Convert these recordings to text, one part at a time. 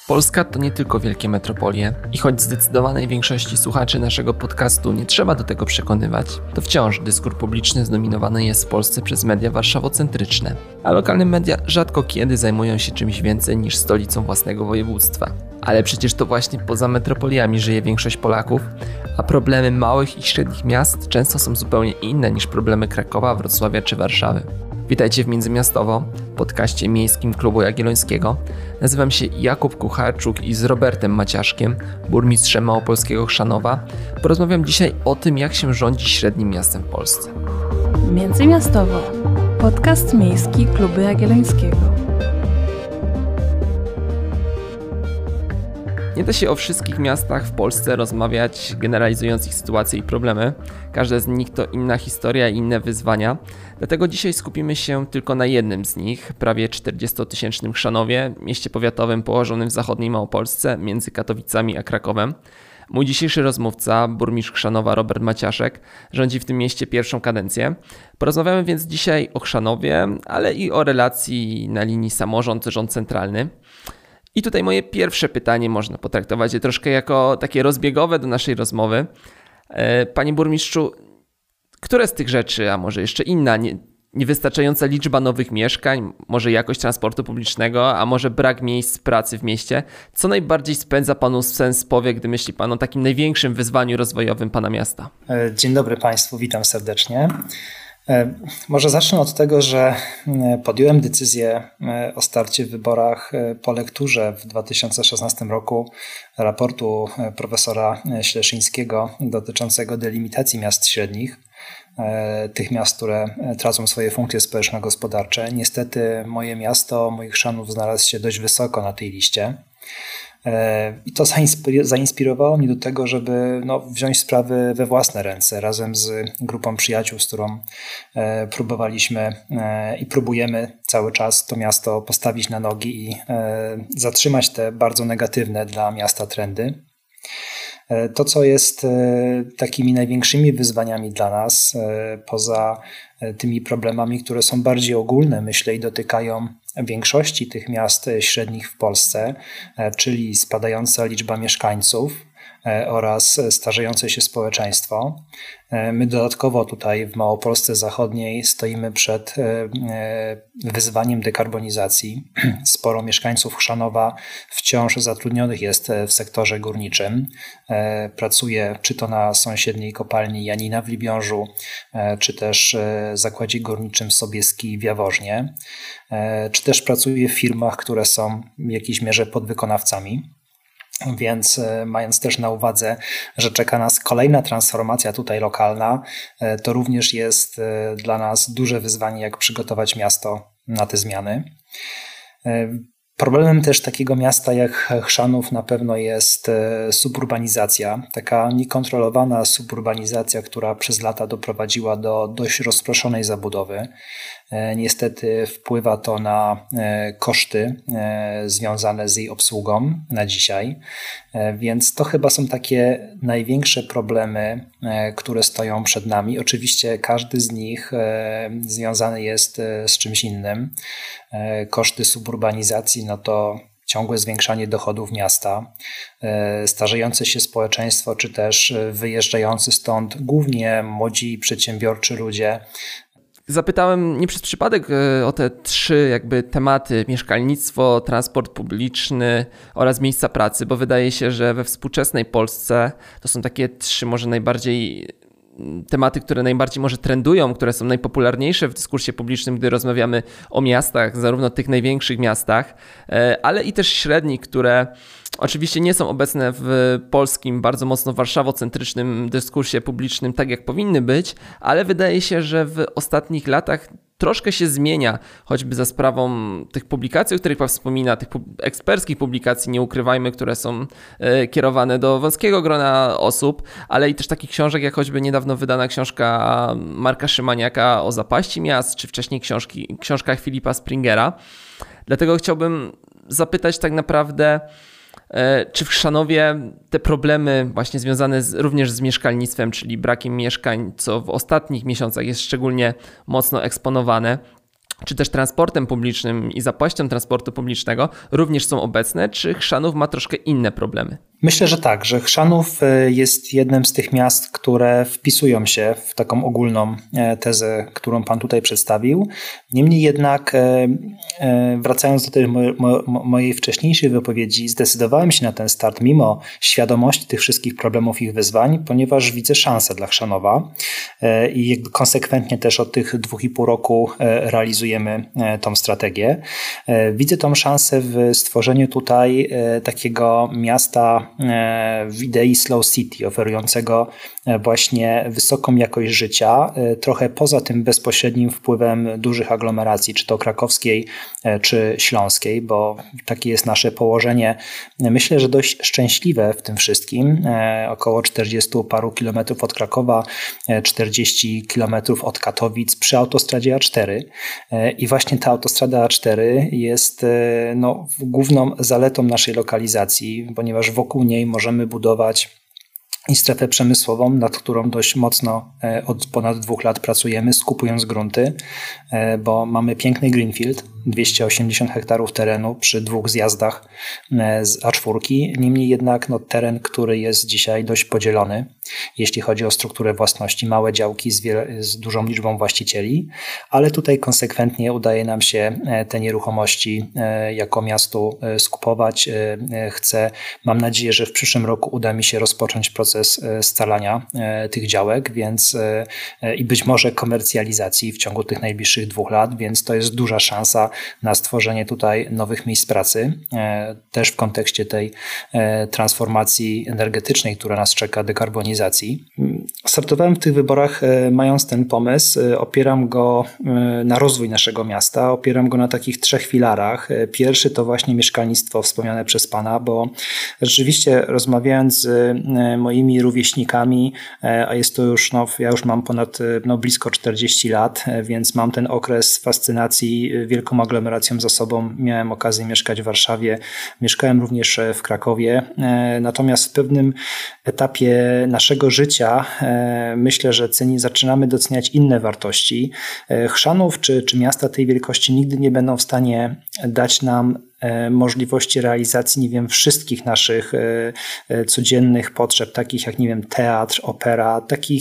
Polska to nie tylko wielkie metropolie i choć zdecydowanej większości słuchaczy naszego podcastu nie trzeba do tego przekonywać, to wciąż dyskurs publiczny zdominowany jest w Polsce przez media warszawocentryczne, a lokalne media rzadko kiedy zajmują się czymś więcej niż stolicą własnego województwa. Ale przecież to właśnie poza metropoliami żyje większość Polaków, a problemy małych i średnich miast często są zupełnie inne niż problemy Krakowa, Wrocławia czy Warszawy. Witajcie w Międzymiastowo, podcaście miejskim Klubu Jagiellońskiego. Nazywam się Jakub Kucharczuk i z Robertem Maciaszkiem, burmistrzem małopolskiego Chrzanowa, porozmawiam dzisiaj o tym, jak się rządzi średnim miastem w Polsce. Międzymiastowo, podcast miejski Klubu Jagiellońskiego. Nie da się o wszystkich miastach w Polsce rozmawiać, generalizując ich sytuacje i problemy. Każde z nich to inna historia i inne wyzwania. Dlatego dzisiaj skupimy się tylko na jednym z nich, prawie 40-tysięcznym Chrzanowie, mieście powiatowym położonym w zachodniej Małopolsce, między Katowicami a Krakowem. Mój dzisiejszy rozmówca, burmistrz Chrzanowa Robert Maciaszek, rządzi w tym mieście pierwszą kadencję. Porozmawiamy więc dzisiaj o Chrzanowie, ale i o relacji na linii samorząd-rząd centralny. I tutaj moje pierwsze pytanie można potraktować je troszkę jako takie rozbiegowe do naszej rozmowy. Panie burmistrzu, które z tych rzeczy, a może jeszcze inna, niewystarczająca liczba nowych mieszkań, może jakość transportu publicznego, a może brak miejsc pracy w mieście, co najbardziej spędza panu sens w powiek, gdy myśli pan o takim największym wyzwaniu rozwojowym pana miasta? Dzień dobry Państwu, witam serdecznie. Może zacznę od tego, że podjąłem decyzję o starcie w wyborach po lekturze w 2016 roku raportu profesora Śleszyńskiego dotyczącego delimitacji miast średnich, tych miast, które tracą swoje funkcje społeczno-gospodarcze. Niestety moje miasto, mój Chrzanów znalazł się dość wysoko na tej liście. I to zainspirowało mnie do tego, żeby wziąć sprawy we własne ręce razem z grupą przyjaciół, z którą próbowaliśmy i próbujemy cały czas to miasto postawić na nogi i zatrzymać te bardzo negatywne dla miasta trendy. To, co jest takimi największymi wyzwaniami dla nas, poza tymi problemami, które są bardziej ogólne, myślę, i dotykają większości tych miast średnich w Polsce, czyli spadająca liczba mieszkańców oraz starzejące się społeczeństwo. My dodatkowo tutaj w Małopolsce Zachodniej stoimy przed wyzwaniem dekarbonizacji. Sporo mieszkańców Chrzanowa wciąż zatrudnionych jest w sektorze górniczym. Pracuje czy to na sąsiedniej kopalni Janina w Libiążu, czy też zakładzie górniczym Sobieski w Jaworznie, czy też pracuje w firmach, które są w jakiejś mierze podwykonawcami. Więc mając też na uwadze, że czeka nas kolejna transformacja tutaj lokalna, to również jest dla nas duże wyzwanie, jak przygotować miasto na te zmiany. Problemem też takiego miasta jak Chrzanów na pewno jest suburbanizacja, taka niekontrolowana suburbanizacja, która przez lata doprowadziła do dość rozproszonej zabudowy. Niestety wpływa to na koszty związane z jej obsługą na dzisiaj, więc to chyba są takie największe problemy, które stoją przed nami. Oczywiście każdy z nich związany jest z czymś innym. Koszty suburbanizacji to ciągłe zwiększanie dochodów miasta, starzejące się społeczeństwo, czy też wyjeżdżający stąd głównie młodzi przedsiębiorczy ludzie. Zapytałem nie przez przypadek o te trzy tematy: mieszkalnictwo, transport publiczny oraz miejsca pracy, bo wydaje się, że we współczesnej Polsce to są takie trzy może najbardziej tematy, które najbardziej może trendują, które są najpopularniejsze w dyskursie publicznym, gdy rozmawiamy o miastach, zarówno tych największych miastach, ale i też średnich, które oczywiście nie są obecne w polskim, bardzo mocno warszawocentrycznym dyskursie publicznym, tak jak powinny być, ale wydaje się, że w ostatnich latach troszkę się zmienia, choćby za sprawą tych publikacji, o których pan wspomina, tych eksperckich publikacji, nie ukrywajmy, które są kierowane do wąskiego grona osób, ale i też takich książek, jak choćby niedawno wydana książka Marka Szymaniaka o zapaści miast, czy wcześniej książka Filipa Springera. Dlatego chciałbym zapytać tak naprawdę, czy w Chrzanowie te problemy właśnie związane również z mieszkalnictwem, czyli brakiem mieszkań, co w ostatnich miesiącach jest szczególnie mocno eksponowane, czy też transportem publicznym i zapaścią transportu publicznego również są obecne, czy Chrzanów ma troszkę inne problemy? Myślę, że tak, że Chrzanów jest jednym z tych miast, które wpisują się w taką ogólną tezę, którą Pan tutaj przedstawił. Niemniej jednak, wracając do tej mojej wcześniejszej wypowiedzi, zdecydowałem się na ten start mimo świadomości tych wszystkich problemów i wyzwań, ponieważ widzę szansę dla Chrzanowa i jakby konsekwentnie też od tych 2,5 roku realizujemy tą strategię. Widzę tą szansę w stworzeniu tutaj takiego miasta w idei Slow City, oferującego właśnie wysoką jakość życia, trochę poza tym bezpośrednim wpływem dużych aglomeracji, czy to krakowskiej, czy śląskiej, bo takie jest nasze położenie, myślę, że dość szczęśliwe w tym wszystkim, około 40 paru kilometrów od Krakowa, 40 kilometrów od Katowic przy autostradzie A4 i właśnie ta autostrada A4 jest główną zaletą naszej lokalizacji, ponieważ wokół niej możemy budować i strefę przemysłową, nad którą dość mocno od ponad 2 lat pracujemy, skupując grunty, bo mamy piękny greenfield, 280 hektarów terenu przy 2 zjazdach z A4. Niemniej jednak teren, który jest dzisiaj dość podzielony, jeśli chodzi o strukturę własności, małe działki z dużą liczbą właścicieli, ale tutaj konsekwentnie udaje nam się te nieruchomości jako miastu skupować. Mam nadzieję, że w przyszłym roku uda mi się rozpocząć proces scalania tych działek, więc i być może komercjalizacji w ciągu tych najbliższych 2 lat, więc to jest duża szansa na stworzenie tutaj nowych miejsc pracy, też w kontekście tej transformacji energetycznej, która nas czeka, dekarbonizacji. Startowałem w tych wyborach mając ten pomysł, opieram go na rozwój naszego miasta, opieram go na takich 3 filarach. Pierwszy to właśnie mieszkalnictwo wspomniane przez Pana, bo rzeczywiście rozmawiając z moimi rówieśnikami, a jest to już, ja już mam ponad blisko 40 lat, więc mam ten okres fascynacji wielką aglomeracją za sobą. Miałem okazję mieszkać w Warszawie, mieszkałem również w Krakowie, natomiast w pewnym etapie naszego życia myślę, że zaczynamy doceniać inne wartości. Chrzanów czy miasta tej wielkości nigdy nie będą w stanie dać nam możliwości realizacji, wszystkich naszych codziennych potrzeb, takich jak, teatr, opera,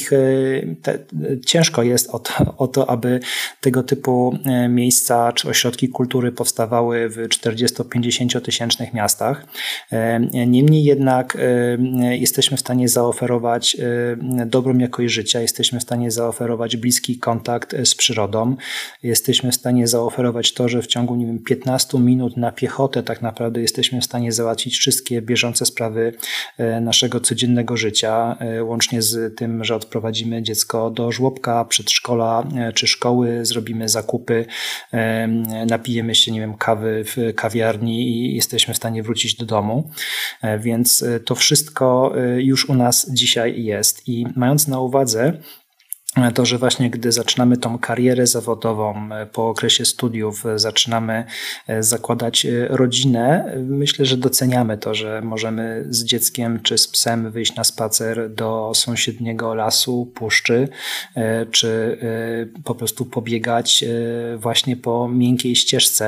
ciężko jest o to, aby tego typu miejsca czy ośrodki kultury powstawały w 40-50 tysięcznych miastach. Niemniej jednak jesteśmy w stanie zaoferować dobrą jakość życia, jesteśmy w stanie zaoferować bliski kontakt z przyrodą, jesteśmy w stanie zaoferować to, że w ciągu 15 minut na piechotę tak naprawdę jesteśmy w stanie załatwić wszystkie bieżące sprawy naszego codziennego życia, łącznie z tym, że odprowadzimy dziecko do żłobka, przedszkola czy szkoły, zrobimy zakupy, napijemy się, kawy w kawiarni i jesteśmy w stanie wrócić do domu. Więc to wszystko już u nas dzisiaj jest i mając na uwadze to, że właśnie gdy zaczynamy tą karierę zawodową, po okresie studiów zaczynamy zakładać rodzinę, myślę, że doceniamy to, że możemy z dzieckiem czy z psem wyjść na spacer do sąsiedniego lasu, puszczy, czy po prostu pobiegać właśnie po miękkiej ścieżce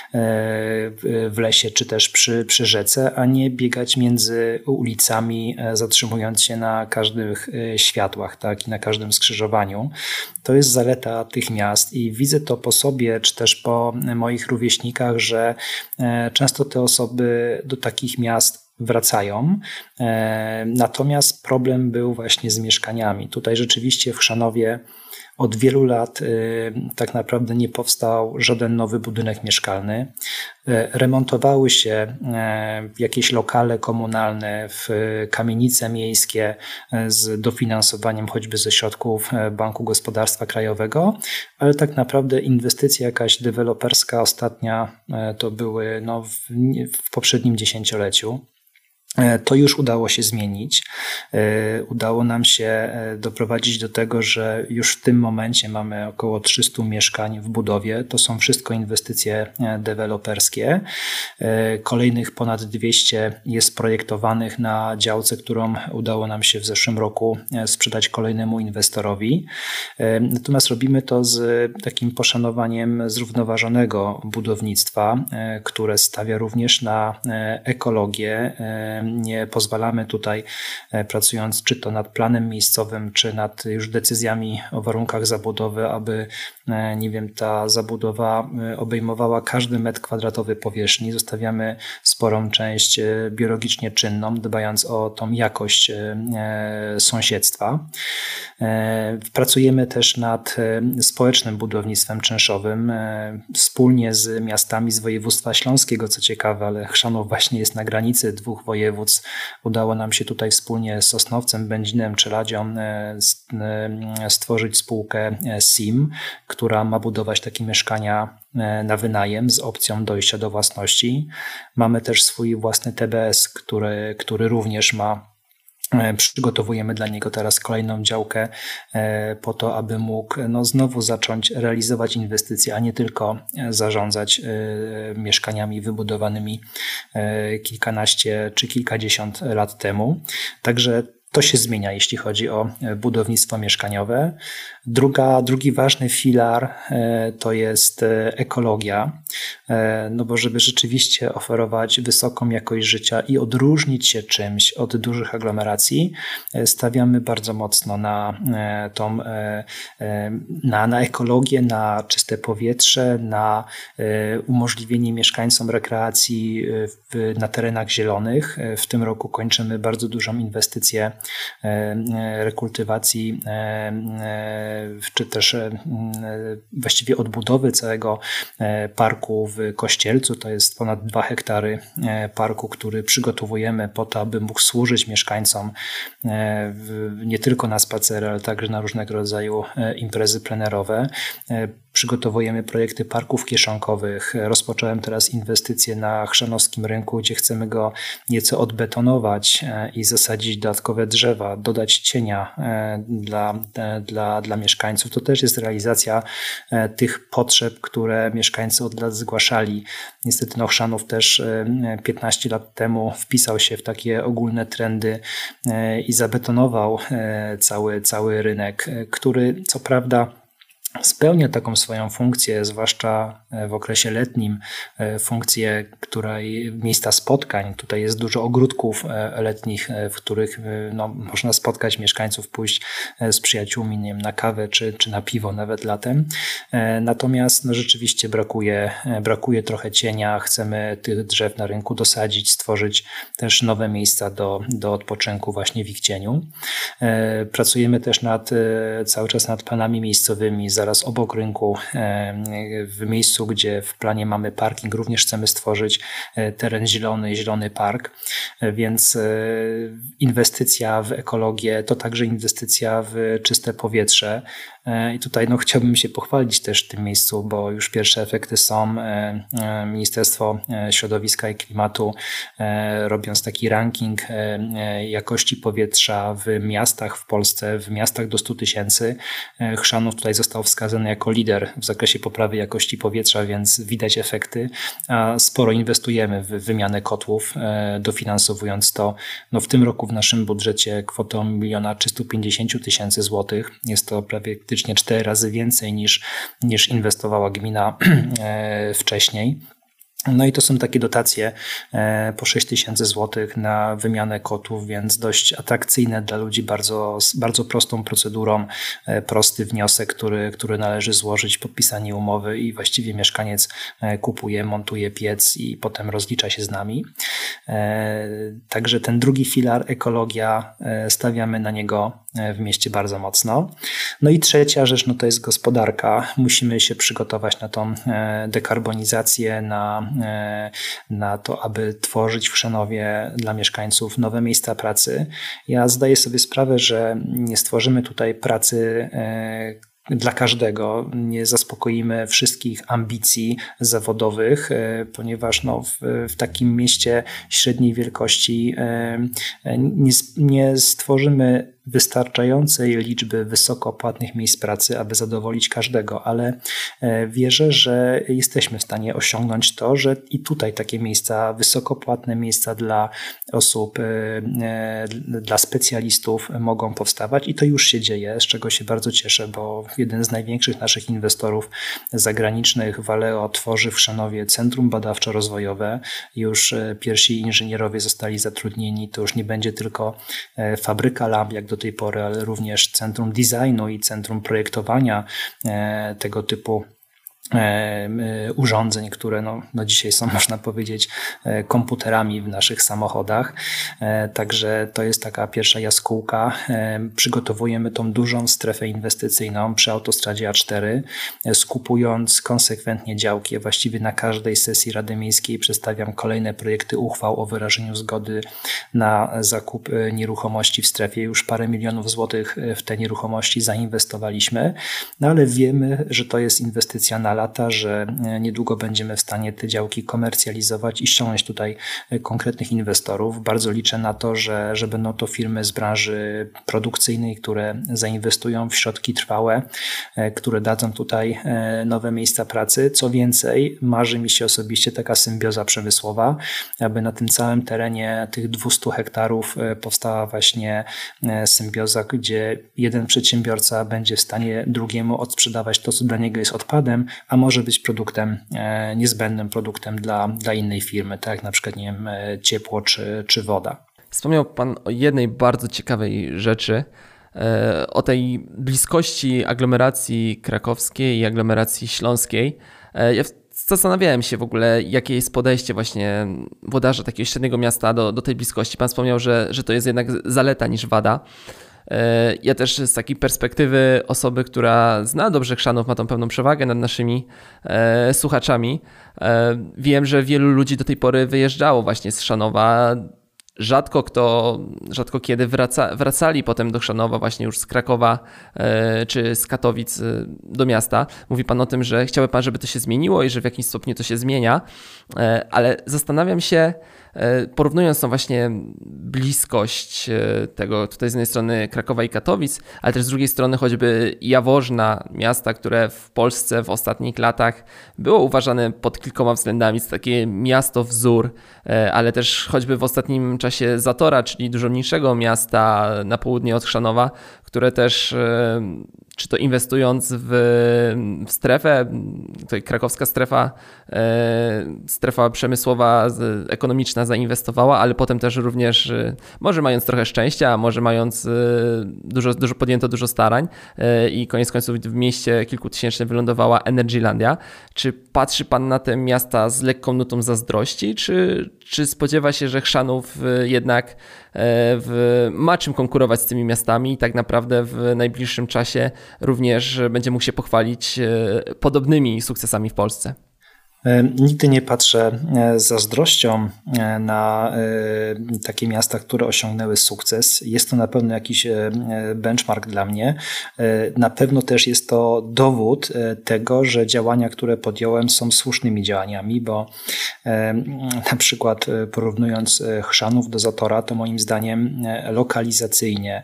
w lesie, czy też przy rzece, a nie biegać między ulicami, zatrzymując się na każdych światłach, tak, i na każdym skrzyżowaniu. To jest zaleta tych miast i widzę to po sobie, czy też po moich rówieśnikach, że często te osoby do takich miast wracają. Natomiast problem był właśnie z mieszkaniami. Tutaj rzeczywiście w Chrzanowie od wielu lat tak naprawdę nie powstał żaden nowy budynek mieszkalny. Remontowały się jakieś lokale komunalne, kamienice miejskie z dofinansowaniem choćby ze środków Banku Gospodarstwa Krajowego, ale tak naprawdę inwestycja jakaś deweloperska ostatnia to były w poprzednim 10-leciu. To już udało się zmienić. Udało nam się doprowadzić do tego, że już w tym momencie mamy około 300 mieszkań w budowie. To są wszystko inwestycje deweloperskie. Kolejnych ponad 200 jest projektowanych na działce, którą udało nam się w zeszłym roku sprzedać kolejnemu inwestorowi. Natomiast robimy to z takim poszanowaniem zrównoważonego budownictwa, które stawia również na ekologię. Nie pozwalamy tutaj, pracując czy to nad planem miejscowym, czy nad już decyzjami o warunkach zabudowy, aby, nie wiem, ta zabudowa obejmowała każdy metr kwadratowy powierzchni. Zostawiamy sporą część biologicznie czynną, dbając o tą jakość sąsiedztwa. Pracujemy też nad społecznym budownictwem czynszowym wspólnie z miastami z województwa śląskiego, co ciekawe, ale Chrzanów właśnie jest na granicy dwóch województw. Udało nam się tutaj wspólnie z Sosnowcem, Będzinem czy Ladzią stworzyć spółkę SIM, która ma budować takie mieszkania na wynajem z opcją dojścia do własności. Mamy też swój własny TBS, który również przygotowujemy dla niego teraz kolejną działkę po to, aby mógł znowu zacząć realizować inwestycje, a nie tylko zarządzać mieszkaniami wybudowanymi kilkanaście czy kilkadziesiąt lat temu. Także to się zmienia, jeśli chodzi o budownictwo mieszkaniowe. Drugi ważny filar to jest ekologia, bo żeby rzeczywiście oferować wysoką jakość życia i odróżnić się czymś od dużych aglomeracji, stawiamy bardzo mocno na ekologię, na czyste powietrze, na umożliwienie mieszkańcom rekreacji na terenach zielonych. W tym roku kończymy bardzo dużą inwestycję rekultywacji czy też właściwie odbudowy całego parku w Kościelcu. To jest ponad 2 hektary parku, który przygotowujemy po to, aby mógł służyć mieszkańcom nie tylko na spacery, ale także na różnego rodzaju imprezy plenerowe. Przygotowujemy projekty parków kieszonkowych. Rozpocząłem teraz inwestycje na chrzanowskim rynku, gdzie chcemy go nieco odbetonować i zasadzić dodatkowe drzewa, dodać cienia dla mieszkańców. To też jest realizacja tych potrzeb, które mieszkańcy od lat zgłaszali. Niestety Chrzanów też 15 lat temu wpisał się w takie ogólne trendy i zabetonował cały rynek, który co prawda spełnia taką swoją funkcję, zwłaszcza w okresie letnim, funkcję miejsca spotkań. Tutaj jest dużo ogródków letnich, w których można spotkać mieszkańców, pójść z przyjaciółmi, nie wiem, na kawę czy na piwo nawet latem. Natomiast rzeczywiście brakuje trochę cienia. Chcemy tych drzew na rynku dosadzić, stworzyć też nowe miejsca do odpoczynku właśnie w ich cieniu. Pracujemy też cały czas nad planami miejscowymi. Zaraz obok rynku, w miejscu, gdzie w planie mamy parking, również chcemy stworzyć teren zielony park, więc inwestycja w ekologię to także inwestycja w czyste powietrze. I tutaj chciałbym się pochwalić też w tym miejscu, bo już pierwsze efekty są. Ministerstwo Środowiska i Klimatu, robiąc taki ranking jakości powietrza w miastach w Polsce, w miastach do 100 tysięcy, Chrzanów tutaj został wskazany jako lider w zakresie poprawy jakości powietrza, więc widać efekty. Sporo inwestujemy w wymianę kotłów, dofinansowując to. W tym roku w naszym budżecie kwotą 1 350 000 złotych. Jest to praktycznie 4 razy więcej niż inwestowała gmina wcześniej. I to są takie dotacje po 6 000 złotych na wymianę kotłów, więc dość atrakcyjne dla ludzi, bardzo prostą procedurą, prosty wniosek, który należy złożyć, podpisanie umowy i właściwie mieszkaniec kupuje, montuje piec i potem rozlicza się z nami. Także ten drugi filar, ekologia, stawiamy na niego w mieście bardzo mocno. I trzecia rzecz, to jest gospodarka. Musimy się przygotować na tą dekarbonizację, na to, aby tworzyć w Chrzanowie dla mieszkańców nowe miejsca pracy. Ja zdaję sobie sprawę, że nie stworzymy tutaj pracy, dla każdego. Nie zaspokoimy wszystkich ambicji zawodowych, ponieważ w takim mieście średniej wielkości nie stworzymy wystarczającej liczby wysoko płatnych miejsc pracy, aby zadowolić każdego, ale wierzę, że jesteśmy w stanie osiągnąć to, że i tutaj takie miejsca, wysoko płatne miejsca dla osób, dla specjalistów mogą powstawać i to już się dzieje, z czego się bardzo cieszę, bo jeden z największych naszych inwestorów zagranicznych, Valeo, tworzy w Chrzanowie centrum badawczo-rozwojowe. Już pierwsi inżynierowie zostali zatrudnieni, to już nie będzie tylko fabryka lab, jak do tej pory, ale również centrum designu i centrum projektowania tego typu urządzeń, które no dzisiaj są, można powiedzieć, komputerami w naszych samochodach. Także to jest taka pierwsza jaskółka. Przygotowujemy tą dużą strefę inwestycyjną przy autostradzie A4, skupując konsekwentnie działki. Właściwie na każdej sesji Rady Miejskiej przedstawiam kolejne projekty uchwał o wyrażeniu zgody na zakup nieruchomości w strefie. Już parę milionów złotych w te nieruchomości zainwestowaliśmy, no ale wiemy, że to jest inwestycja na lata, że niedługo będziemy w stanie te działki komercjalizować i ściągnąć tutaj konkretnych inwestorów. Bardzo liczę na to, że będą to firmy z branży produkcyjnej, które zainwestują w środki trwałe, które dadzą tutaj nowe miejsca pracy. Co więcej, marzy mi się osobiście taka symbioza przemysłowa, aby na tym całym terenie tych 200 hektarów powstała właśnie symbioza, gdzie jeden przedsiębiorca będzie w stanie drugiemu odsprzedawać to, co dla niego jest odpadem, a może być produktem, niezbędnym produktem dla innej firmy, tak jak na przykład, nie wiem, ciepło czy woda. Wspomniał Pan o jednej bardzo ciekawej rzeczy, o tej bliskości aglomeracji krakowskiej i aglomeracji śląskiej. Ja zastanawiałem się w ogóle, jakie jest podejście właśnie włodarza takiego średniego miasta do tej bliskości. Pan wspomniał, że to jest jednak zaleta niż wada. Ja też z takiej perspektywy osoby, która zna dobrze Chrzanów, ma tą pewną przewagę nad naszymi słuchaczami. Wiem, że wielu ludzi do tej pory wyjeżdżało właśnie z Chrzanowa. Rzadko kiedy wracali potem do Chrzanowa właśnie już z Krakowa czy z Katowic do miasta. Mówi Pan o tym, że chciałby Pan, żeby to się zmieniło i że w jakimś stopniu to się zmienia, ale zastanawiam się, porównując tą właśnie bliskość tego tutaj z jednej strony Krakowa i Katowic, ale też z drugiej strony choćby Jaworzna, miasta, które w Polsce w ostatnich latach było uważane pod kilkoma względami za takie miasto wzór, ale też choćby w ostatnim czasie Zatora, czyli dużo mniejszego miasta na południe od Chrzanowa, które też, czy to inwestując w strefę, tutaj krakowska strefa przemysłowa, ekonomiczna zainwestowała, ale potem też również, może mając trochę szczęścia, może mając podjęto dużo starań i koniec końców w mieście kilkutysięcznym wylądowała Energylandia. Czy patrzy Pan na te miasta z lekką nutą zazdrości, czy spodziewa się, że Chrzanów jednak ma czym konkurować z tymi miastami i tak naprawdę w najbliższym czasie również będzie mógł się pochwalić podobnymi sukcesami w Polsce? Nigdy nie patrzę z zazdrością na takie miasta, które osiągnęły sukces. Jest to na pewno jakiś benchmark dla mnie. Na pewno też jest to dowód tego, że działania, które podjąłem, są słusznymi działaniami, bo na przykład porównując Chrzanów do Zatora, to moim zdaniem lokalizacyjnie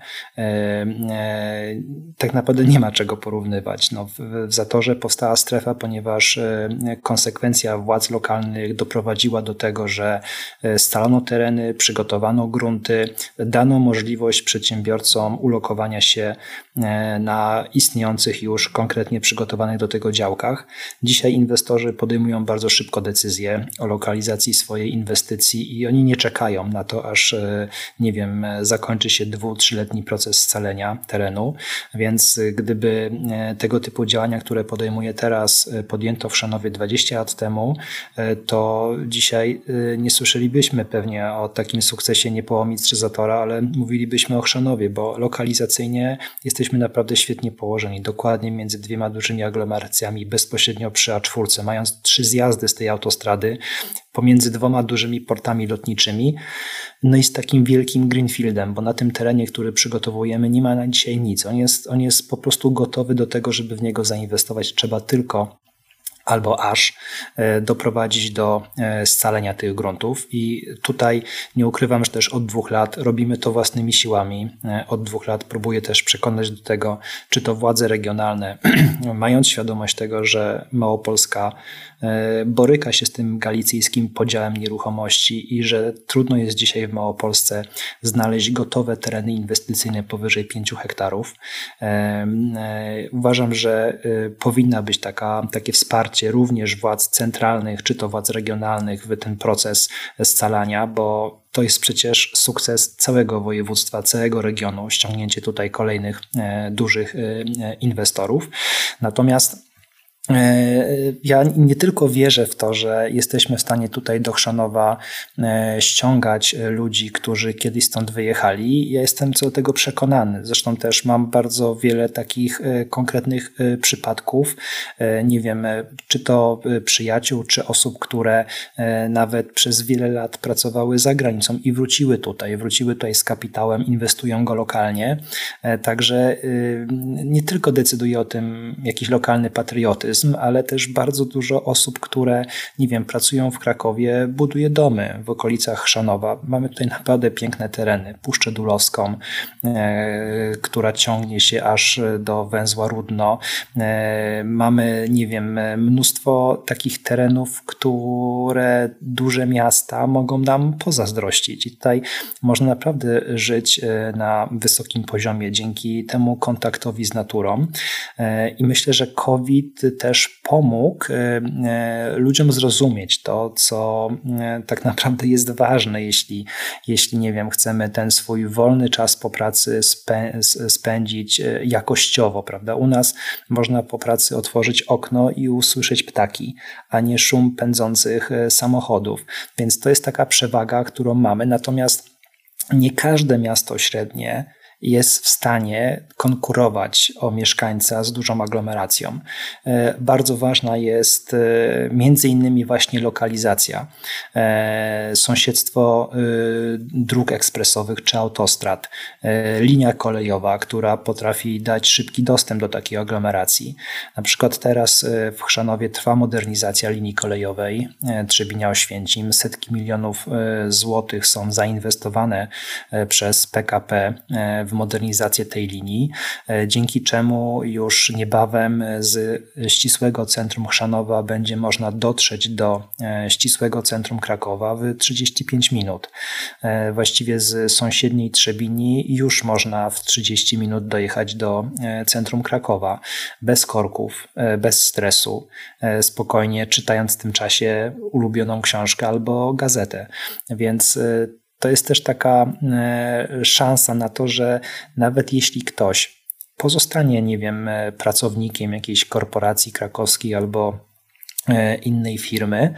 tak naprawdę nie ma czego porównywać. W Zatorze powstała strefa, ponieważ konsekwencja władz lokalnych doprowadziła do tego, że scalono tereny, przygotowano grunty, dano możliwość przedsiębiorcom ulokowania się na istniejących już konkretnie przygotowanych do tego działkach. Dzisiaj inwestorzy podejmują bardzo szybko decyzje o lokalizacji swojej inwestycji i oni nie czekają na to, aż nie wiem, zakończy się 2-3-letni proces scalenia terenu, więc gdyby tego typu działania, które podejmuję teraz, podjęto w Chrzanowie 20 lat temu, to dzisiaj nie słyszelibyśmy pewnie o takim sukcesie Niepołomic czy Zatora, ale mówilibyśmy o Chrzanowie, bo lokalizacyjnie jesteśmy naprawdę świetnie położeni, dokładnie między dwiema dużymi aglomeracjami, bezpośrednio przy A4, mając 3 zjazdy z tej autostrady, pomiędzy 2 dużymi portami lotniczymi, no i z takim wielkim greenfieldem, bo na tym terenie, który przygotowujemy, nie ma na dzisiaj nic. On jest po prostu gotowy do tego, żeby w niego zainwestować. Trzeba tylko albo aż doprowadzić do scalenia tych gruntów. I tutaj nie ukrywam, że też od 2 lat robimy to własnymi siłami. Od 2 lat próbuję też przekonać do tego, czy to władze regionalne, mając świadomość tego, że Małopolska boryka się z tym galicyjskim podziałem nieruchomości i że trudno jest dzisiaj w Małopolsce znaleźć gotowe tereny inwestycyjne powyżej 5 hektarów. Uważam, że powinna być takie wsparcie również władz centralnych, czy to władz regionalnych w ten proces scalania, bo to jest przecież sukces całego województwa, całego regionu, ściągnięcie tutaj kolejnych dużych inwestorów. Natomiast ja nie tylko wierzę w to, że jesteśmy w stanie tutaj do Chrzanowa ściągać ludzi, którzy kiedyś stąd wyjechali. Ja jestem co do tego przekonany. Zresztą też mam bardzo wiele takich konkretnych przypadków. Nie wiem, czy to przyjaciół, czy osób, które nawet przez wiele lat pracowały za granicą i wróciły tutaj z kapitałem, inwestują go lokalnie. Także nie tylko decyduje o tym jakiś lokalny patriotyzm, ale też bardzo dużo osób, które, nie wiem, pracują w Krakowie, buduje domy w okolicach Chrzanowa. Mamy tutaj naprawdę piękne tereny. Puszczę Dulowską, która ciągnie się aż do węzła Rudno. Mamy, nie wiem, mnóstwo takich terenów, które duże miasta mogą nam pozazdrościć. I tutaj można naprawdę żyć na wysokim poziomie dzięki temu kontaktowi z naturą. I myślę, że COVID też pomógł ludziom zrozumieć to, co tak naprawdę jest ważne, jeśli nie wiem, chcemy ten swój wolny czas po pracy spędzić jakościowo, prawda? U nas można po pracy otworzyć okno i usłyszeć ptaki, a nie szum pędzących samochodów. Więc to jest taka przewaga, którą mamy, natomiast nie każde miasto średnie jest w stanie konkurować o mieszkańca z dużą aglomeracją. Bardzo ważna jest między innymi właśnie lokalizacja, sąsiedztwo dróg ekspresowych czy autostrad, linia kolejowa, która potrafi dać szybki dostęp do takiej aglomeracji. Na przykład teraz w Chrzanowie trwa modernizacja linii kolejowej Trzebinia-Oświęcim. Setki milionów złotych są zainwestowane przez PKP w modernizację tej linii, dzięki czemu już niebawem z ścisłego centrum Chrzanowa będzie można dotrzeć do ścisłego centrum Krakowa w 35 minut. Właściwie z sąsiedniej Trzebini już można w 30 minut dojechać do centrum Krakowa bez korków, bez stresu, spokojnie czytając w tym czasie ulubioną książkę albo gazetę. Więc to jest też taka szansa na to, że nawet jeśli ktoś pozostanie, nie wiem, pracownikiem jakiejś korporacji krakowskiej albo innej firmy,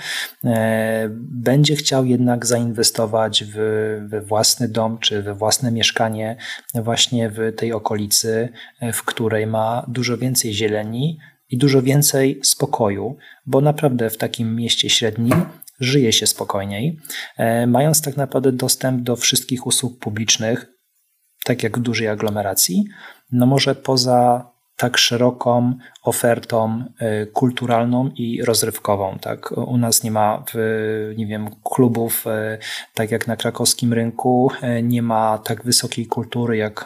będzie chciał jednak zainwestować we własny dom czy we własne mieszkanie właśnie w tej okolicy, w której ma dużo więcej zieleni i dużo więcej spokoju, bo naprawdę w takim mieście średnim żyje się spokojniej, mając tak naprawdę dostęp do wszystkich usług publicznych, tak jak w dużej aglomeracji, no może poza tak szeroką ofertą kulturalną i rozrywkową. Tak? U nas nie ma, nie wiem, klubów, tak jak na krakowskim rynku, nie ma tak wysokiej kultury jak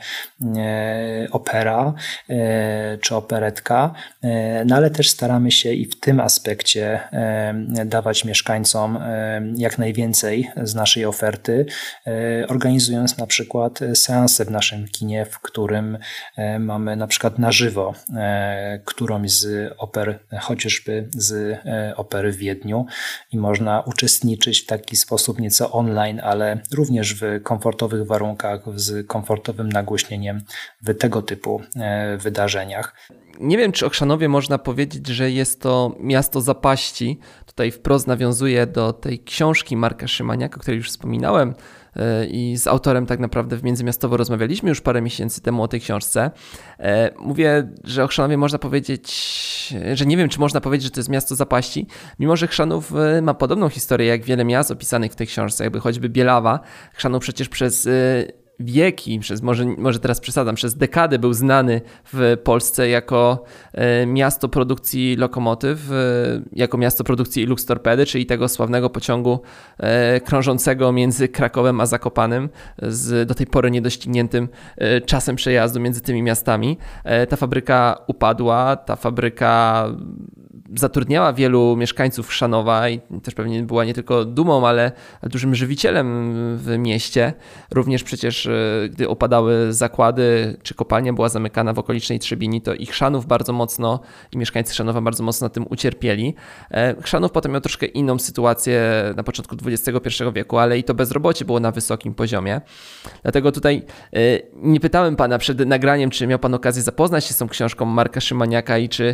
opera czy operetka, no ale też staramy się i w tym aspekcie dawać mieszkańcom jak najwięcej z naszej oferty, organizując na przykład seanse w naszym kinie, w którym mamy na przykład na żywo którąś z oper, chociażby z opery w Wiedniu i można uczestniczyć w taki sposób nieco online, ale również w komfortowych warunkach, z komfortowym nagłośnieniem w tego typu wydarzeniach. nie wiem, czy o Chrzanowie można powiedzieć, że jest to miasto zapaści. Tutaj wprost nawiązuję do tej książki Marka Szymaniaka, o której już wspominałem, i z autorem tak naprawdę w Międzymiastowo rozmawialiśmy już parę miesięcy temu o tej książce. Mówię, że o Chrzanowie można powiedzieć, że nie wiem, czy można powiedzieć, że to jest miasto zapaści, mimo że Chrzanów ma podobną historię jak wiele miast opisanych w tej książce, jakby choćby Bielawa. Chrzanów przecież przez wieki, może teraz przesadzam, przez dekady był znany w Polsce jako miasto produkcji lokomotyw, jako miasto produkcji Lux-Torpedy, czyli tego sławnego pociągu krążącego między Krakowem a Zakopanem z do tej pory niedościgniętym czasem przejazdu między tymi miastami. Ta fabryka upadła, ta fabryka zatrudniała wielu mieszkańców Chrzanowa i też pewnie była nie tylko dumą, ale dużym żywicielem w mieście. Również przecież gdy opadały zakłady, czy kopalnia była zamykana w okolicznej Trzebini, to i Chrzanów bardzo mocno, i mieszkańcy Chrzanowa bardzo mocno tym ucierpieli. Chrzanów potem miał troszkę inną sytuację na początku XXI wieku, ale i to bezrobocie było na wysokim poziomie. Dlatego tutaj nie pytałem pana przed nagraniem, czy miał pan okazję zapoznać się z tą książką Marka Szymaniaka i czy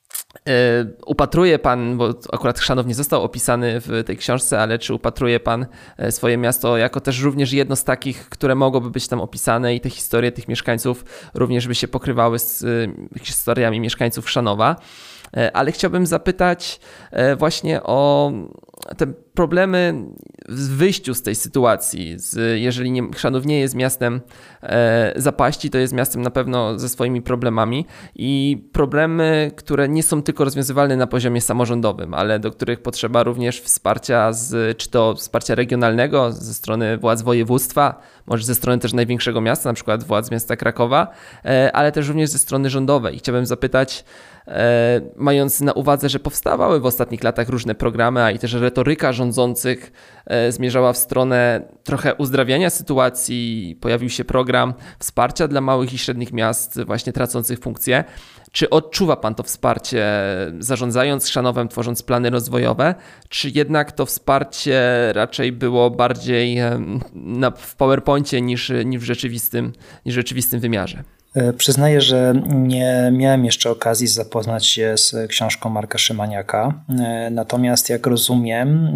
upatruje pan, bo akurat Chrzanów nie został opisany w tej książce, ale czy upatruje pan swoje miasto jako też również jedno z takich, które mogłoby być tam opisane i te historie tych mieszkańców również by się pokrywały z historiami mieszkańców Chrzanowa. Ale chciałbym zapytać właśnie o te problemy w wyjściu z tej sytuacji. Jeżeli Chrzanów nie jest miastem zapaści, to jest miastem na pewno ze swoimi problemami i problemy, które nie są tylko rozwiązywalne na poziomie samorządowym, ale do których potrzeba również wsparcia, czy to wsparcia regionalnego ze strony władz województwa, może ze strony też największego miasta, na przykład władz miasta Krakowa, ale też również ze strony rządowej. Chciałbym zapytać, mając na uwadze, że powstawały w ostatnich latach różne programy, a i też retoryka rządzących zmierzała w stronę trochę uzdrawiania sytuacji, pojawił się program wsparcia dla małych i średnich miast właśnie tracących funkcje. Czy odczuwa pan to wsparcie zarządzając Chrzanowem, tworząc plany rozwojowe, czy jednak to wsparcie raczej było bardziej w PowerPoincie niż w rzeczywistym wymiarze? Przyznaję, że nie miałem jeszcze okazji zapoznać się z książką Marka Szymaniaka, natomiast jak rozumiem,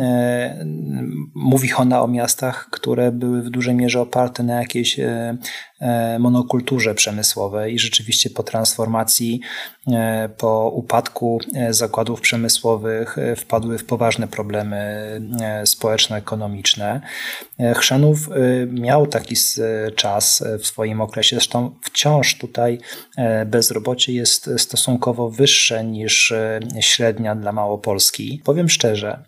mówi ona o miastach, które były w dużej mierze oparte na jakiejś monokulturze przemysłowej i rzeczywiście po transformacji, po upadku zakładów przemysłowych wpadły w poważne problemy społeczno-ekonomiczne. Chrzanów miał taki czas w swoim okresie, zresztą wciąż tutaj bezrobocie jest stosunkowo wyższe niż średnia dla Małopolski. Powiem szczerze,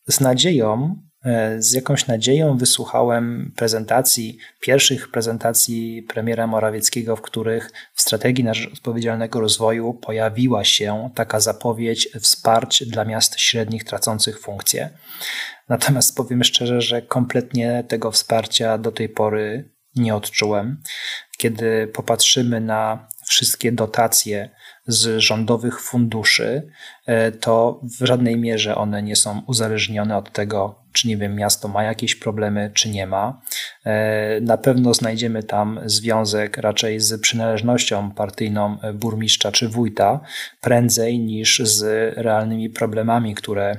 z jakąś nadzieją wysłuchałem pierwszych prezentacji premiera Morawieckiego, w których w strategii na rzecz odpowiedzialnego rozwoju pojawiła się taka zapowiedź wsparć dla miast średnich tracących funkcje. Natomiast powiem szczerze, że kompletnie tego wsparcia do tej pory nie odczułem. Kiedy popatrzymy na wszystkie dotacje z rządowych funduszy, to w żadnej mierze one nie są uzależnione od tego, czy nie wiem, miasto ma jakieś problemy, czy nie ma. Na pewno znajdziemy tam związek raczej z przynależnością partyjną burmistrza czy wójta, prędzej niż z realnymi problemami,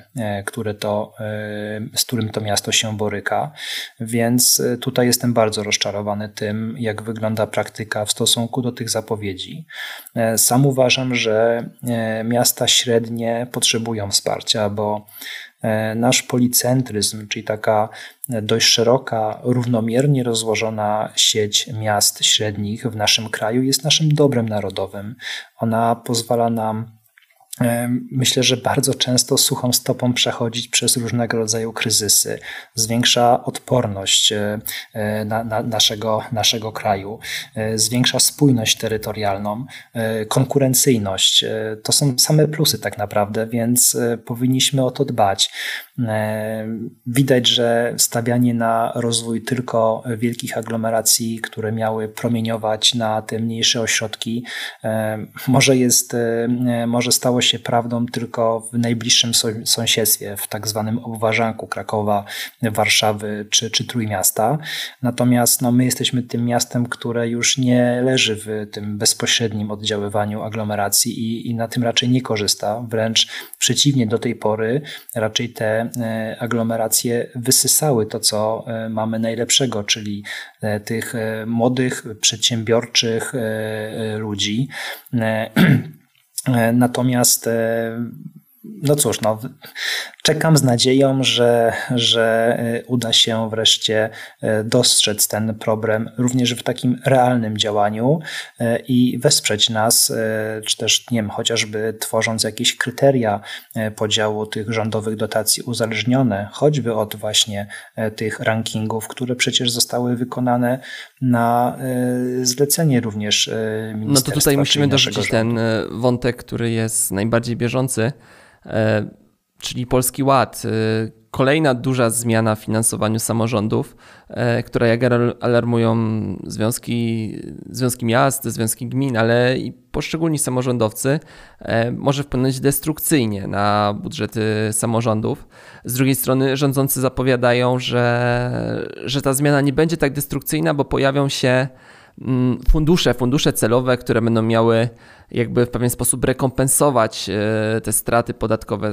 z którym to miasto się boryka. Więc tutaj jestem bardzo rozczarowany tym, jak wygląda praktyka w stosunku do tych zapowiedzi. Sam uważam, że miasta średnie potrzebują wsparcia, bo nasz policentryzm, czyli taka dość szeroka, równomiernie rozłożona sieć miast średnich w naszym kraju jest naszym dobrem narodowym. Ona pozwala nam, myślę, że bardzo często suchą stopą przechodzić przez różnego rodzaju kryzysy. Zwiększa odporność naszego kraju, zwiększa spójność terytorialną, konkurencyjność. To są same plusy tak naprawdę, więc powinniśmy o to dbać. Widać, że stawianie na rozwój tylko wielkich aglomeracji, które miały promieniować na te mniejsze ośrodki, może stało się się prawdą tylko w najbliższym sąsiedztwie, w tak zwanym obwarzanku Krakowa, Warszawy czy Trójmiasta. Natomiast my jesteśmy tym miastem, które już nie leży w tym bezpośrednim oddziaływaniu aglomeracji i na tym raczej nie korzysta. Wręcz przeciwnie, do tej pory raczej te aglomeracje wysysały to, co mamy najlepszego, czyli tych młodych, przedsiębiorczych ludzi. Natomiast cóż, czekam z nadzieją, że uda się wreszcie dostrzec ten problem również w takim realnym działaniu i wesprzeć nas, czy też chociażby tworząc jakieś kryteria podziału tych rządowych dotacji uzależnione, choćby od właśnie tych rankingów, które przecież zostały wykonane na zlecenie również ministerstwa. To tutaj musimy dorzucić ten wątek, który jest najbardziej bieżący, czyli Polski Ład. Kolejna duża zmiana w finansowaniu samorządów, która, jak alarmują związki miast, związki gmin, ale i poszczególni samorządowcy, może wpłynąć destrukcyjnie na budżety samorządów. Z drugiej strony rządzący zapowiadają, że ta zmiana nie będzie tak destrukcyjna, bo pojawią się fundusze celowe, które będą miały jakby w pewien sposób rekompensować te straty podatkowe,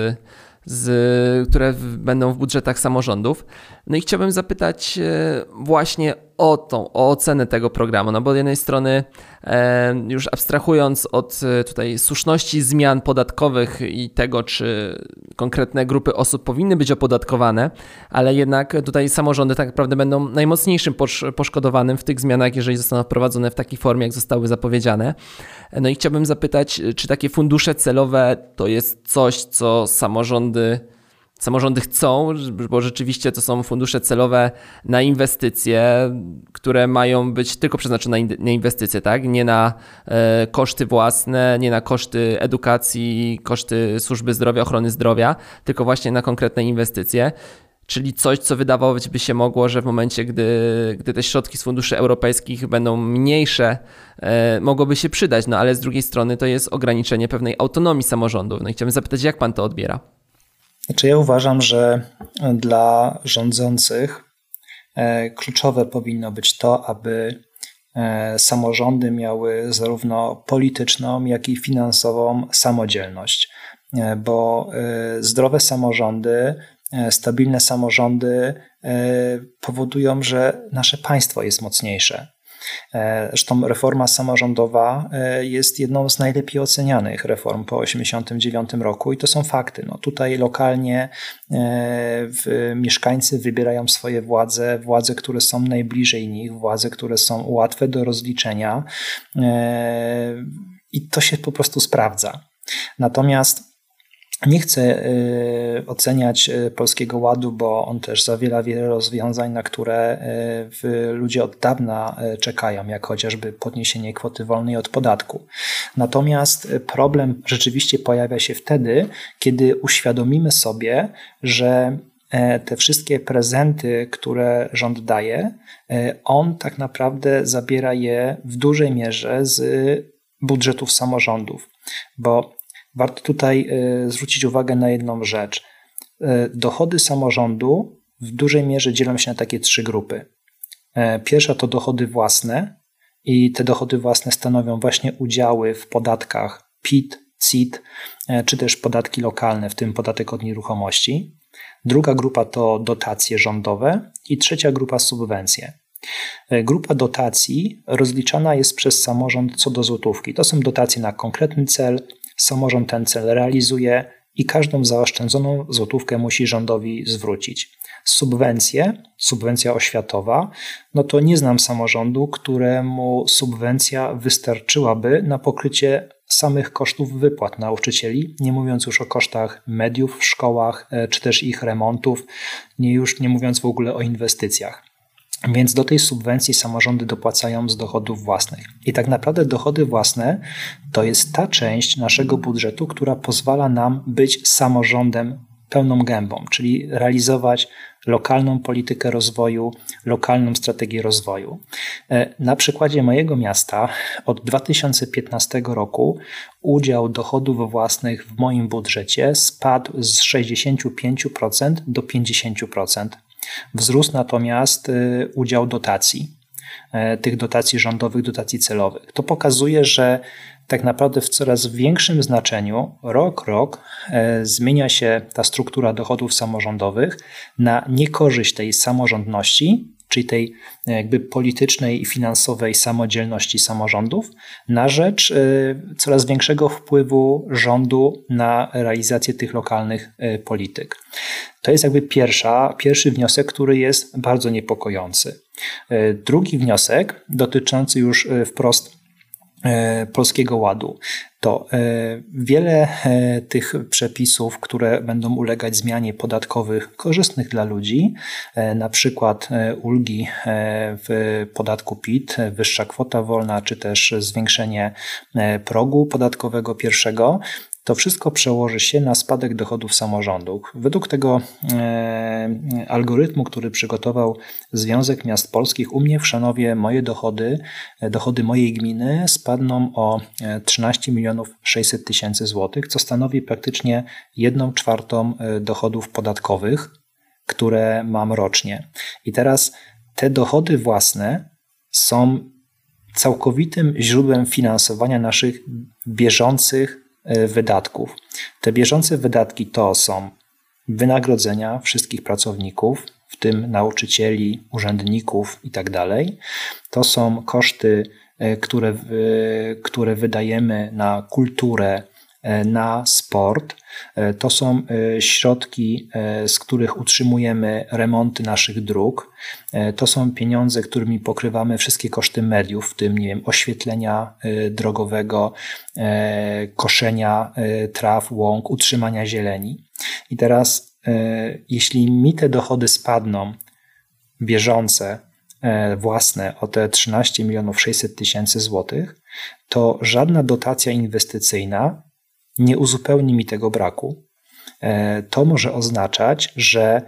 które będą w budżetach samorządów. I chciałbym zapytać właśnie o ocenę tego programu, bo z jednej strony już abstrahując od tutaj słuszności zmian podatkowych i tego, czy konkretne grupy osób powinny być opodatkowane, ale jednak tutaj samorządy tak naprawdę będą najmocniejszym poszkodowanym w tych zmianach, jeżeli zostaną wprowadzone w takiej formie, jak zostały zapowiedziane. I chciałbym zapytać, czy takie fundusze celowe to jest coś, co samorządy chcą, bo rzeczywiście to są fundusze celowe na inwestycje, które mają być tylko przeznaczone na inwestycje, tak? Nie na koszty własne, nie na koszty edukacji, koszty służby zdrowia, ochrony zdrowia, tylko właśnie na konkretne inwestycje. Czyli coś, co wydawało by się mogło, że w momencie, gdy te środki z funduszy europejskich będą mniejsze, mogłoby się przydać, ale z drugiej strony to jest ograniczenie pewnej autonomii samorządów. I chciałbym zapytać, jak pan to odbiera? Ja uważam, że dla rządzących kluczowe powinno być to, aby samorządy miały zarówno polityczną, jak i finansową samodzielność, bo zdrowe samorządy, stabilne samorządy powodują, że nasze państwo jest mocniejsze. Zresztą reforma samorządowa jest jedną z najlepiej ocenianych reform po 1989 roku i to są fakty. Tutaj lokalnie mieszkańcy wybierają swoje władze, które są najbliżej nich, władze, które są łatwe do rozliczenia i to się po prostu sprawdza. Natomiast nie chcę oceniać Polskiego Ładu, bo on też zawiera wiele rozwiązań, na które ludzie od dawna czekają, jak chociażby podniesienie kwoty wolnej od podatku. Natomiast problem rzeczywiście pojawia się wtedy, kiedy uświadomimy sobie, że te wszystkie prezenty, które rząd daje, on tak naprawdę zabiera je w dużej mierze z budżetów samorządów, bo warto tutaj zwrócić uwagę na jedną rzecz. Dochody samorządu w dużej mierze dzielą się na takie 3 grupy. Pierwsza to dochody własne i te dochody własne stanowią właśnie udziały w podatkach PIT, CIT, czy też podatki lokalne, w tym podatek od nieruchomości. Druga grupa to dotacje rządowe i trzecia grupa subwencje. Grupa dotacji rozliczana jest przez samorząd co do złotówki. To są dotacje na konkretny cel. Samorząd ten cel realizuje i każdą zaoszczędzoną złotówkę musi rządowi zwrócić. Subwencja oświatowa, to nie znam samorządu, któremu subwencja wystarczyłaby na pokrycie samych kosztów wypłat nauczycieli, nie mówiąc już o kosztach mediów w szkołach, czy też ich remontów, nie mówiąc w ogóle o inwestycjach. Więc do tej subwencji samorządy dopłacają z dochodów własnych. I tak naprawdę dochody własne to jest ta część naszego budżetu, która pozwala nam być samorządem pełną gębą, czyli realizować lokalną politykę rozwoju, lokalną strategię rozwoju. Na przykładzie mojego miasta od 2015 roku udział dochodów własnych w moim budżecie spadł z 65% do 50%. Wzrósł natomiast udział dotacji, tych dotacji rządowych, dotacji celowych. To pokazuje, że tak naprawdę w coraz większym znaczeniu rok zmienia się ta struktura dochodów samorządowych na niekorzyść tej samorządności, czyli tej jakby politycznej i finansowej samodzielności samorządów, na rzecz coraz większego wpływu rządu na realizację tych lokalnych polityk. To jest jakby pierwszy wniosek, który jest bardzo niepokojący. Drugi wniosek, dotyczący już wprost Polskiego Ładu, to wiele tych przepisów, które będą ulegać zmianie podatkowych korzystnych dla ludzi, na przykład ulgi w podatku PIT, wyższa kwota wolna, czy też zwiększenie progu podatkowego pierwszego, to wszystko przełoży się na spadek dochodów samorządów. Według tego algorytmu, który przygotował Związek Miast Polskich, u mnie w Szanowie moje dochody mojej gminy spadną o 13 600 000 złotych, co stanowi praktycznie 1/4 dochodów podatkowych, które mam rocznie. I teraz te dochody własne są całkowitym źródłem finansowania naszych bieżących wydatków. Te bieżące wydatki to są wynagrodzenia wszystkich pracowników, w tym nauczycieli, urzędników itd. To są koszty, które wydajemy na kulturę, na sport. To są środki, z których utrzymujemy remonty naszych dróg. To są pieniądze, którymi pokrywamy wszystkie koszty mediów, w tym oświetlenia drogowego, koszenia traw, łąk, utrzymania zieleni. I teraz, jeśli mi te dochody spadną, bieżące, własne, o te 13 600 000 złotych, to żadna dotacja inwestycyjna nie uzupełni mi tego braku. To może oznaczać, że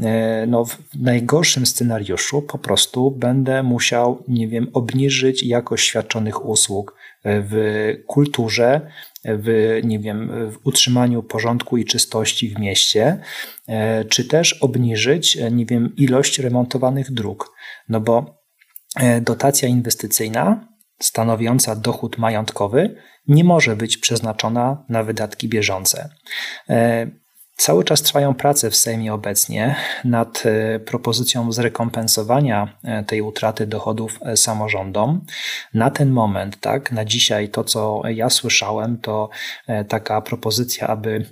w najgorszym scenariuszu po prostu będę musiał, obniżyć jakość świadczonych usług w kulturze, w utrzymaniu porządku i czystości w mieście, czy też obniżyć, ilość remontowanych dróg. No bo dotacja inwestycyjna stanowiąca dochód majątkowy nie może być przeznaczona na wydatki bieżące. Cały czas trwają prace w Sejmie obecnie nad propozycją zrekompensowania tej utraty dochodów samorządom. Na ten moment, na dzisiaj to, co ja słyszałem, to taka propozycja, aby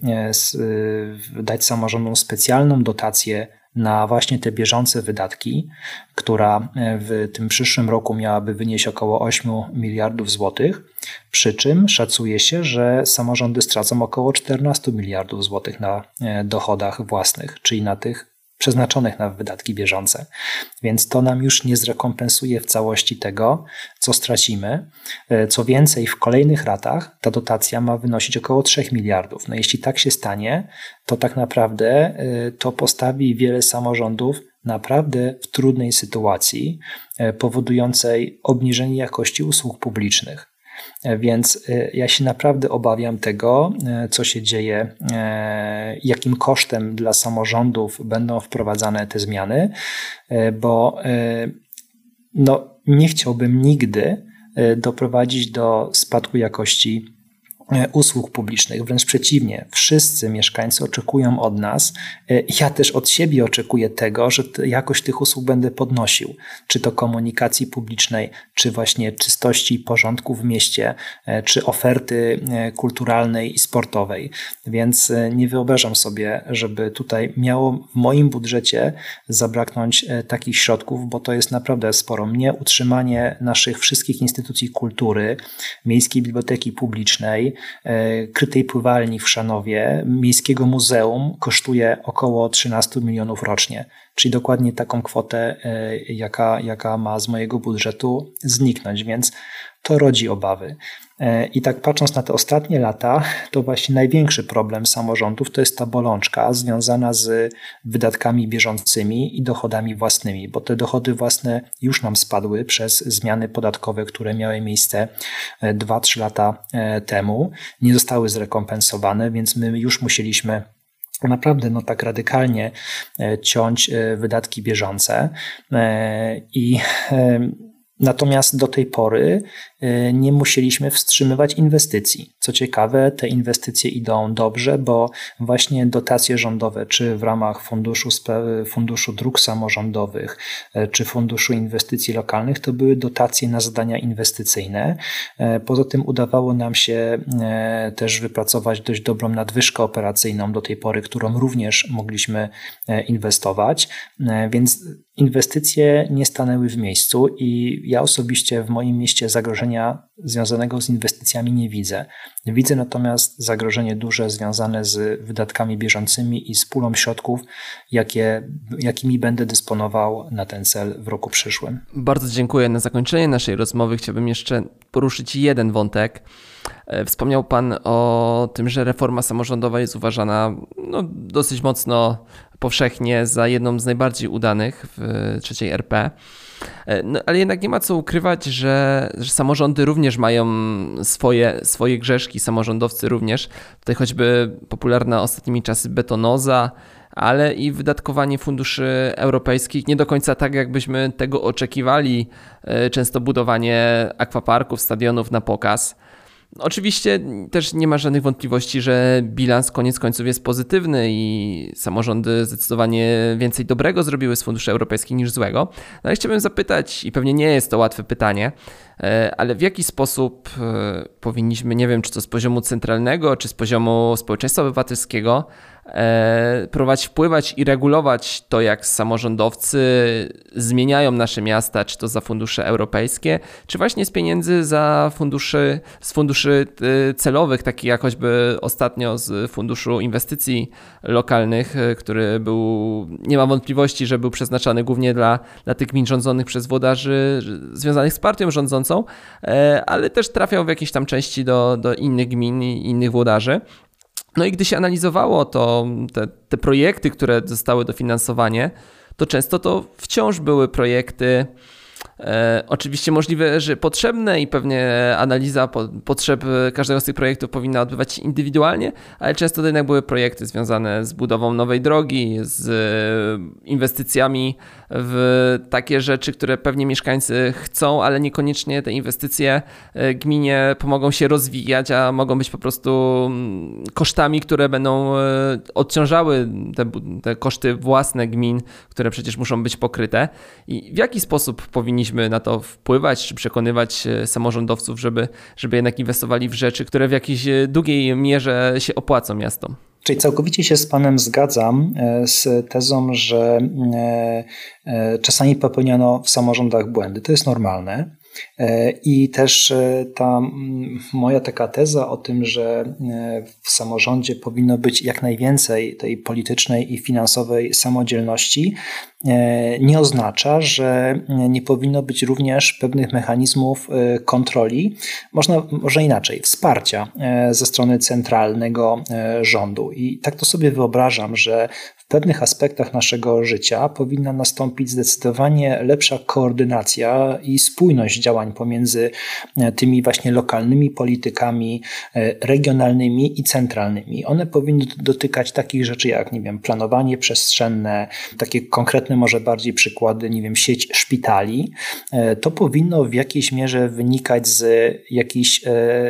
dać samorządom specjalną dotację na właśnie te bieżące wydatki, która w tym przyszłym roku miałaby wynieść około 8 miliardów złotych, przy czym szacuje się, że samorządy stracą około 14 miliardów złotych na dochodach własnych, czyli na tych przeznaczonych na wydatki bieżące. Więc to nam już nie zrekompensuje w całości tego, co stracimy. Co więcej, w kolejnych latach ta dotacja ma wynosić około 3 miliardów. No jeśli tak się stanie, to tak naprawdę to postawi wiele samorządów naprawdę w trudnej sytuacji, powodującej obniżenie jakości usług publicznych. Więc ja się naprawdę obawiam tego, co się dzieje, jakim kosztem dla samorządów będą wprowadzane te zmiany, bo nie chciałbym nigdy doprowadzić do spadku jakości usług publicznych. Wręcz przeciwnie, wszyscy mieszkańcy oczekują od nas, ja też od siebie oczekuję tego, że jakość tych usług będę podnosił. Czy to komunikacji publicznej, czy właśnie czystości i porządku w mieście, czy oferty kulturalnej i sportowej. Więc nie wyobrażam sobie, żeby tutaj miało w moim budżecie zabraknąć takich środków, bo to jest naprawdę sporo. Mnie utrzymanie naszych wszystkich instytucji kultury, Miejskiej Biblioteki Publicznej, Krytej Pływalni w Szanowie, Miejskiego Muzeum kosztuje około 13 milionów rocznie, czyli dokładnie taką kwotę, jaka ma z mojego budżetu zniknąć, więc to rodzi obawy. I tak patrząc na te ostatnie lata, to właśnie największy problem samorządów to jest ta bolączka związana z wydatkami bieżącymi i dochodami własnymi, bo te dochody własne już nam spadły przez zmiany podatkowe, które miały miejsce 2-3 lata temu, nie zostały zrekompensowane, więc my już musieliśmy naprawdę tak radykalnie ciąć wydatki bieżące i natomiast do tej pory nie musieliśmy wstrzymywać inwestycji. Co ciekawe, te inwestycje idą dobrze, bo właśnie dotacje rządowe, czy w ramach Funduszu Dróg Samorządowych, czy Funduszu Inwestycji Lokalnych, to były dotacje na zadania inwestycyjne. Poza tym udawało nam się też wypracować dość dobrą nadwyżkę operacyjną do tej pory, którą również mogliśmy inwestować, więc inwestycje nie stanęły w miejscu i ja osobiście w moim mieście zagrożenia związanego z inwestycjami nie widzę. Widzę natomiast zagrożenie duże związane z wydatkami bieżącymi i z pulą środków, jakimi będę dysponował na ten cel w roku przyszłym. Bardzo dziękuję. Na zakończenie naszej rozmowy chciałbym jeszcze poruszyć jeden wątek. Wspomniał Pan o tym, że reforma samorządowa jest uważana dosyć mocno powszechnie za jedną z najbardziej udanych w III RP. Ale jednak nie ma co ukrywać, że samorządy również mają swoje grzeszki, samorządowcy również. Tutaj choćby popularna ostatnimi czasy betonoza, ale i wydatkowanie funduszy europejskich nie do końca tak, jakbyśmy tego oczekiwali. Często budowanie akwaparków, stadionów na pokaz. Oczywiście też nie ma żadnych wątpliwości, że bilans koniec końców jest pozytywny i samorządy zdecydowanie więcej dobrego zrobiły z funduszy europejskich niż złego. No ale chciałbym zapytać, i pewnie nie jest to łatwe pytanie, ale w jaki sposób powinniśmy, nie wiem, czy to z poziomu centralnego, czy z poziomu społeczeństwa obywatelskiego, próbować wpływać i regulować to, jak samorządowcy zmieniają nasze miasta, czy to za fundusze europejskie, czy właśnie z pieniędzy z funduszy celowych, takich jak choćby ostatnio z Funduszu Inwestycji Lokalnych, który nie ma wątpliwości, że był przeznaczany głównie dla tych gmin rządzonych przez włodarzy związanych z partią rządzącą, ale też trafiał w jakiejś tam części do innych gmin i innych włodarzy. No i gdy się analizowało te projekty, które zostały dofinansowane, to często to wciąż były projekty oczywiście możliwe, że potrzebne i pewnie analiza potrzeb każdego z tych projektów powinna odbywać się indywidualnie, ale często to jednak były projekty związane z budową nowej drogi, z inwestycjami w takie rzeczy, które pewnie mieszkańcy chcą, ale niekoniecznie te inwestycje gminie pomogą się rozwijać, a mogą być po prostu kosztami, które będą odciążały te koszty własne gmin, które przecież muszą być pokryte. I w jaki sposób powinniśmy na to wpływać, czy przekonywać samorządowców, żeby jednak inwestowali w rzeczy, które w jakiejś długiej mierze się opłacą miastom? Czyli całkowicie się z Panem zgadzam z tezą, że czasami popełniano w samorządach błędy. To jest normalne. I też ta moja taka teza o tym, że w samorządzie powinno być jak najwięcej tej politycznej i finansowej samodzielności, nie oznacza, że nie powinno być również pewnych mechanizmów kontroli, może inaczej, wsparcia ze strony centralnego rządu. I tak to sobie wyobrażam, że w pewnych aspektach naszego życia powinna nastąpić zdecydowanie lepsza koordynacja i spójność działań pomiędzy tymi właśnie lokalnymi politykami, regionalnymi i centralnymi. One powinny dotykać takich rzeczy jak, nie wiem, planowanie przestrzenne, takie konkretne może bardziej przykłady, nie wiem, sieć szpitali. To powinno w jakiejś mierze wynikać z jakichś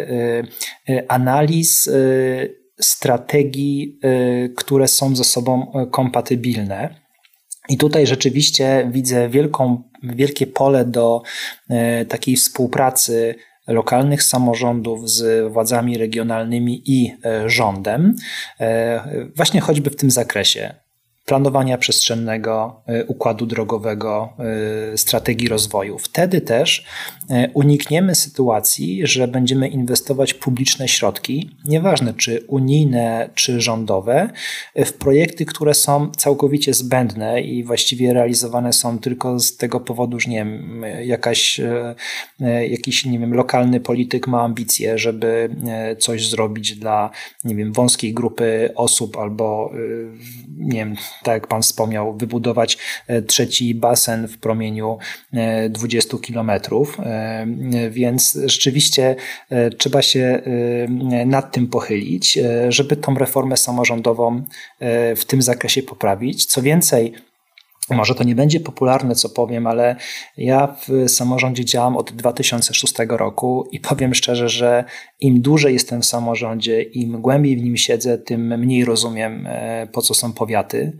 analiz, strategii, które są ze sobą kompatybilne. I tutaj rzeczywiście widzę wielkie pole do takiej współpracy lokalnych samorządów z władzami regionalnymi i rządem, właśnie choćby w tym zakresie planowania przestrzennego, układu drogowego, strategii rozwoju. Wtedy też unikniemy sytuacji, że będziemy inwestować publiczne środki, nieważne czy unijne, czy rządowe, w projekty, które są całkowicie zbędne i właściwie realizowane są tylko z tego powodu, że nie wiem, jakiś nie wiem, lokalny polityk ma ambicje, żeby coś zrobić dla nie wiem, wąskiej grupy osób albo nie wiem, tak jak pan wspomniał, wybudować trzeci basen w promieniu 20 kilometrów. Więc rzeczywiście trzeba się nad tym pochylić, żeby tą reformę samorządową w tym zakresie poprawić. Co więcej, może to nie będzie popularne, co powiem, ale ja w samorządzie działam od 2006 roku i powiem szczerze, że im dłużej jestem w samorządzie, im głębiej w nim siedzę, tym mniej rozumiem, po co są powiaty.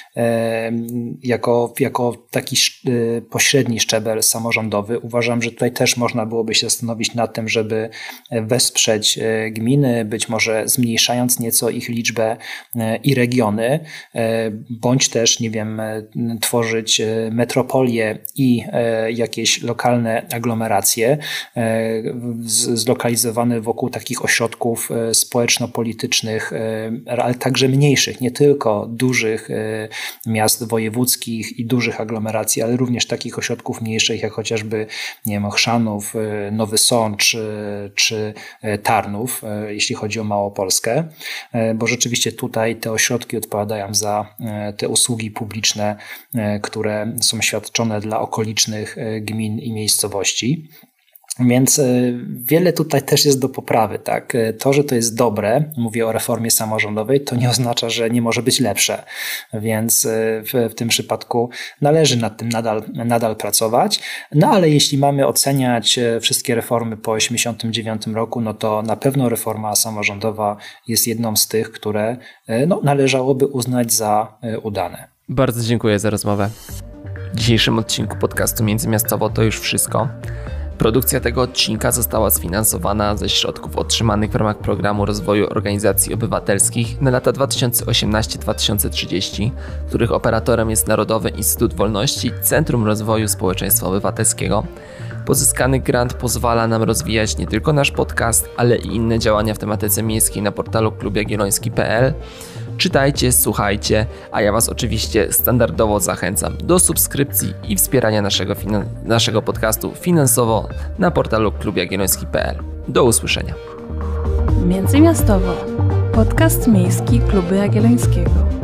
Jako taki pośredni szczebel samorządowy uważam, że tutaj też można byłoby się zastanowić nad tym, żeby wesprzeć gminy, być może zmniejszając nieco ich liczbę i regiony, bądź też, nie wiem, tworzyć metropolie i jakieś lokalne aglomeracje zlokalizowane wokół takich ośrodków społeczno-politycznych, ale także mniejszych, nie tylko dużych miast wojewódzkich i dużych aglomeracji, ale również takich ośrodków mniejszych, jak chociażby, nie wiem, Chrzanów, Nowy Sącz czy Tarnów, jeśli chodzi o Małopolskę, bo rzeczywiście tutaj te ośrodki odpowiadają za te usługi publiczne, które są świadczone dla okolicznych gmin i miejscowości. Więc wiele tutaj też jest do poprawy. Tak? To, że to jest dobre, mówię o reformie samorządowej, to nie oznacza, że nie może być lepsze. Więc w tym przypadku należy nad tym nadal pracować. No ale jeśli mamy oceniać wszystkie reformy po 1989 roku, no to na pewno reforma samorządowa jest jedną z tych, które należałoby uznać za udane. Bardzo dziękuję za rozmowę. W dzisiejszym odcinku podcastu Międzymiastowo to już wszystko. Produkcja tego odcinka została sfinansowana ze środków otrzymanych w ramach Programu Rozwoju Organizacji Obywatelskich na lata 2018-2030, których operatorem jest Narodowy Instytut Wolności - Centrum Rozwoju Społeczeństwa Obywatelskiego. Pozyskany grant pozwala nam rozwijać nie tylko nasz podcast, ale i inne działania w tematyce miejskiej na portalu klubjagielloński.pl. Czytajcie, słuchajcie, a ja Was oczywiście standardowo zachęcam do subskrypcji i wspierania naszego podcastu finansowo na portalu klubjagielloński.pl. Do usłyszenia. Międzymiastowo. Podcast miejski Klubu Jagiellońskiego.